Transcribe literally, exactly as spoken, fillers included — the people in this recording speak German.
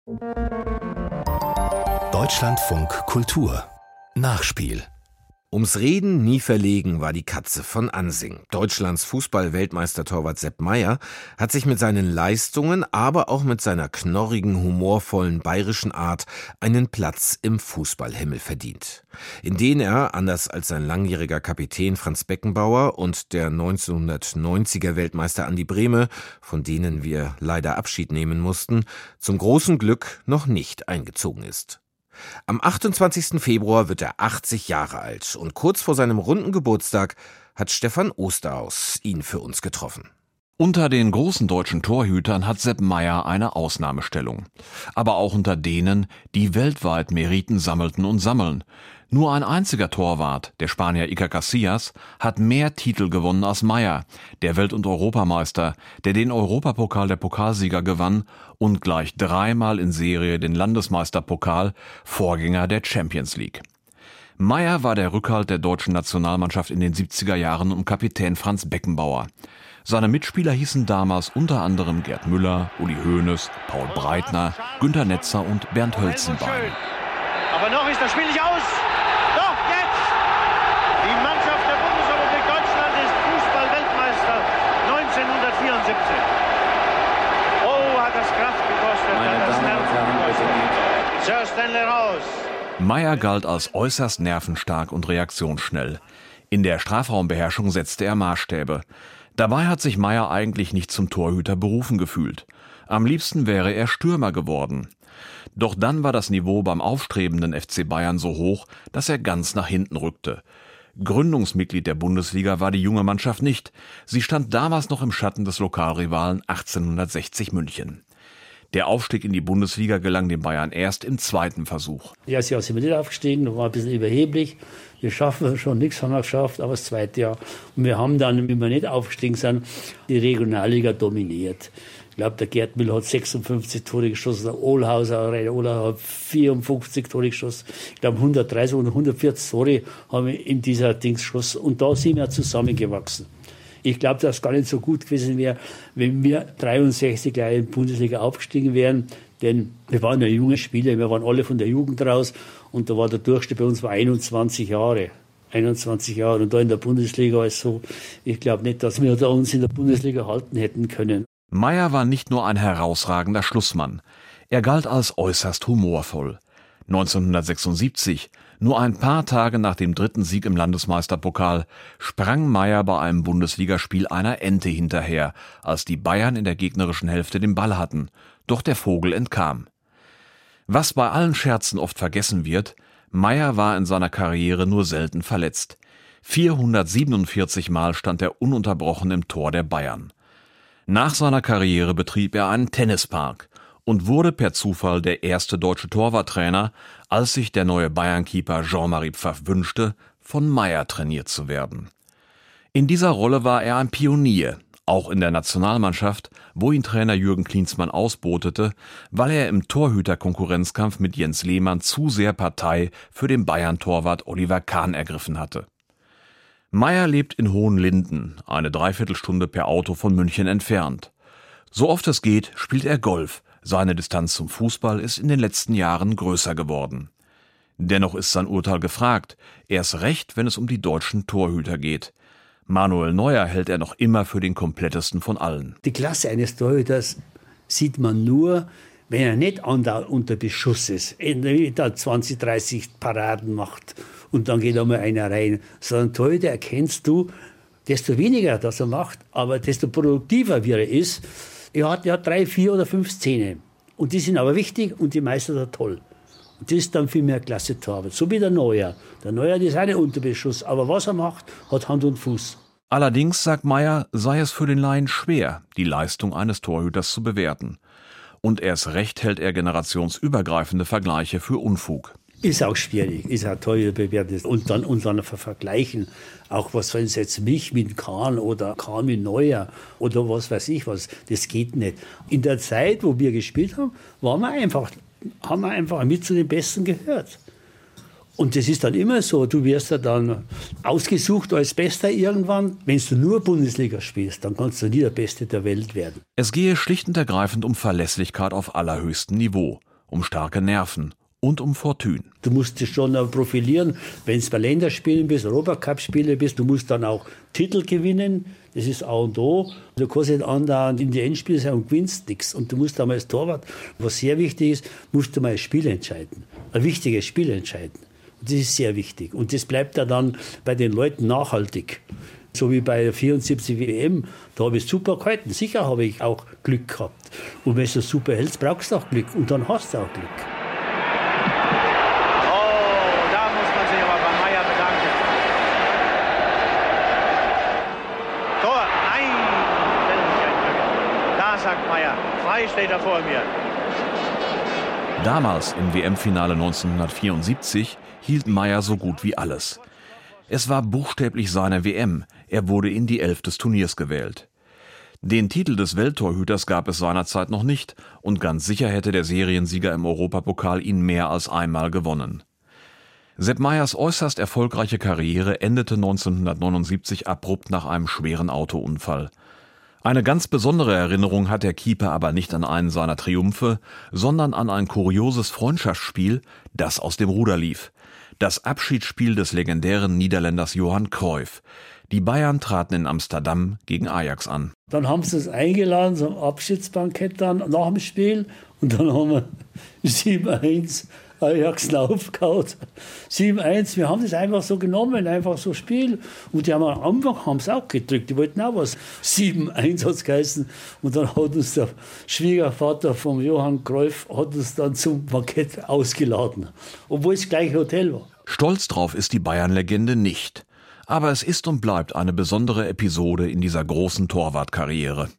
Deutschlandfunk Kultur Nachspiel. Ums Reden nie verlegen war die Katze von Ansing. Deutschlands Fußball-Weltmeister-Torwart Sepp Maier hat sich mit seinen Leistungen, aber auch mit seiner knorrigen, humorvollen bayerischen Art einen Platz im Fußballhimmel verdient, in den er, anders als sein langjähriger Kapitän Franz Beckenbauer und der neunzehnhundertneunziger Weltmeister Andi Brehme, von denen wir leider Abschied nehmen mussten, zum großen Glück noch nicht eingezogen ist. Am achtundzwanzigsten Februar wird er achtzig Jahre alt und kurz vor seinem runden Geburtstag hat Stefan Osterhaus ihn für uns getroffen. Unter den großen deutschen Torhütern hat Sepp Maier eine Ausnahmestellung. Aber auch unter denen, die weltweit Meriten sammelten und sammeln. Nur ein einziger Torwart, der Spanier Iker Casillas, hat mehr Titel gewonnen als Maier, der Welt- und Europameister, der den Europapokal der Pokalsieger gewann und gleich dreimal in Serie den Landesmeisterpokal, Vorgänger der Champions League. Maier war der Rückhalt der deutschen Nationalmannschaft in den siebziger Jahren um Kapitän Franz Beckenbauer. Seine Mitspieler hießen damals unter anderem Gerd Müller, Uli Hoeneß, Paul Breitner, Günter Netzer und Bernd Hölzenbein. Aber noch ist das Spiel nicht aus. Doch, jetzt! Die Mannschaft der Bundesrepublik Deutschland ist Fußball-Weltmeister neunzehnhundertvierundsiebzig. Oh, hat das Kraft gekostet. Meine hat das Damen und Herren, gekostet. Sir Stanley raus. Maier galt als äußerst nervenstark und reaktionsschnell. In der Strafraumbeherrschung setzte er Maßstäbe. Dabei hat sich Maier eigentlich nicht zum Torhüter berufen gefühlt. Am liebsten wäre er Stürmer geworden. Doch dann war das Niveau beim aufstrebenden F C Bayern so hoch, dass er ganz nach hinten rückte. Gründungsmitglied der Bundesliga war die junge Mannschaft nicht. Sie stand damals noch im Schatten des Lokalrivalen achtzehnhundertsechzig München. Der Aufstieg in die Bundesliga gelang den Bayern erst im zweiten Versuch. Ja, sie sind nicht aufgestiegen, das war ein bisschen überheblich. Wir schaffen schon nichts, haben wir geschafft, aber das zweite Jahr. Und wir haben dann, wie wir nicht aufgestiegen sind, die Regionalliga dominiert. Ich glaube, der Gerd Müller hat sechsundfünfzig Tore geschossen, der Ohlhauser, der Ohlhauser hat vierundfünfzig Tore geschossen. Ich glaube, hundertdreißig oder hundertvierzig Tore haben wir in dieser Dings geschossen. Und da sind wir zusammengewachsen. Ich glaube, dass es gar nicht so gut gewesen wäre, wenn wir dreiundsechzig gleich in die Bundesliga aufgestiegen wären. Denn wir waren ja junge Spieler, wir waren alle von der Jugend raus. Und da war der Durchschnitt bei uns war einundzwanzig Jahre. einundzwanzig Jahre. Und da in der Bundesliga ist so, ich glaube nicht, dass wir da uns in der Bundesliga halten hätten können. Maier war nicht nur ein herausragender Schlussmann. Er galt als äußerst humorvoll. neunzehnhundertsechsundsiebzig, nur ein paar Tage nach dem dritten Sieg im Landesmeisterpokal, sprang Maier bei einem Bundesligaspiel einer Ente hinterher, als die Bayern in der gegnerischen Hälfte den Ball hatten. Doch der Vogel entkam. Was bei allen Scherzen oft vergessen wird, Maier war in seiner Karriere nur selten verletzt. vierhundertsiebenundvierzig Mal stand er ununterbrochen im Tor der Bayern. Nach seiner Karriere betrieb er einen Tennispark und wurde per Zufall der erste deutsche Torwarttrainer, als sich der neue Bayern-Keeper Jean-Marie Pfaff wünschte, von Maier trainiert zu werden. In dieser Rolle war er ein Pionier, auch in der Nationalmannschaft, wo ihn Trainer Jürgen Klinsmann ausbotete, weil er im Torhüter-Konkurrenzkampf mit Jens Lehmann zu sehr Partei für den Bayern-Torwart Oliver Kahn ergriffen hatte. Maier lebt in Hohenlinden, eine Dreiviertelstunde per Auto von München entfernt. So oft es geht, spielt er Golf. Seine Distanz zum Fußball ist in den letzten Jahren größer geworden. Dennoch ist sein Urteil gefragt, erst recht, wenn es um die deutschen Torhüter geht. Manuel Neuer hält er noch immer für den komplettesten von allen. Die Klasse eines Torhüters sieht man nur, wenn er nicht unter Beschuss ist, da zwanzig, dreißig Paraden macht und dann geht einmal einer rein. Sondern Torhüter erkennst du, desto weniger das er macht, aber desto produktiver wie er ist. Er hat, er hat drei, vier oder fünf Szene. Und die sind aber wichtig und die meistert er toll. Und das ist dann viel mehr Klasse Torwart. So wie der Neuer. Der Neuer ist auch nicht unter Beschuss, aber was er macht, hat Hand und Fuß. Allerdings, sagt Maier, sei es für den Laien schwer, die Leistung eines Torhüters zu bewerten. Und erst recht hält er generationsübergreifende Vergleiche für Unfug. Ist auch schwierig, ist auch teuer bewertet. Und dann, und dann vergleichen, auch was wenn es jetzt mich mit Kahn oder Kahn mit Neuer oder was weiß ich was, das geht nicht. In der Zeit, wo wir gespielt haben, waren wir einfach, haben wir einfach mit zu den Besten gehört. Und das ist dann immer so, du wirst ja dann ausgesucht als Bester irgendwann. Wenn du nur Bundesliga spielst, dann kannst du nie der Beste der Welt werden. Es gehe schlicht und ergreifend um Verlässlichkeit auf allerhöchstem Niveau. um starke Nerven und um Fortune. Du musst dich schon profilieren, wenn du bei Länderspielen bist, Europacup-Spiele bist, du musst dann auch Titel gewinnen, das ist A und O. Du kannst nicht andauernd in die Endspiele sein und gewinnst nichts. Und du musst einmal als Torwart, was sehr wichtig ist, musst du mal ein Spiel entscheiden, ein wichtiges Spiel entscheiden. Und das ist sehr wichtig. Und das bleibt ja dann bei den Leuten nachhaltig. So wie bei der vierundsiebzig W M, da habe ich super gehalten. Sicher habe ich auch Glück gehabt. Und wenn du super hältst, brauchst du auch Glück. Und dann hast du auch Glück. Steht er vor mir. Damals im W M-Finale neunzehnhundertvierundsiebzig hielt Maier so gut wie alles. Es war buchstäblich seine W M. Er wurde in die Elf des Turniers gewählt. Den Titel des Welttorhüters gab es seinerzeit noch nicht und ganz sicher hätte der Seriensieger im Europapokal ihn mehr als einmal gewonnen. Sepp Maiers äußerst erfolgreiche Karriere endete neunzehnhundertneunundsiebzig abrupt nach einem schweren Autounfall. Eine ganz besondere Erinnerung hat der Keeper aber nicht an einen seiner Triumphe, sondern an ein kurioses Freundschaftsspiel, das aus dem Ruder lief. Das Abschiedsspiel des legendären Niederländers Johan Cruyff. Die Bayern traten in Amsterdam gegen Ajax an. Dann haben sie uns eingeladen zum Abschiedsbankett dann nach dem Spiel und dann haben wir sieben eins Ajax aufgehauen. sieben eins, wir haben das einfach so genommen, einfach so Spiel. Und die haben am Anfang haben es auch gedrückt, die wollten auch was. sieben eins hat es geheißen. Und dann hat uns der Schwiegervater von Johann Cruyff hat uns dann zum Bankett ausgeladen, obwohl es gleich Hotel war. Stolz drauf ist die Bayern-Legende nicht. Aber es ist und bleibt eine besondere Episode in dieser großen Torwartkarriere.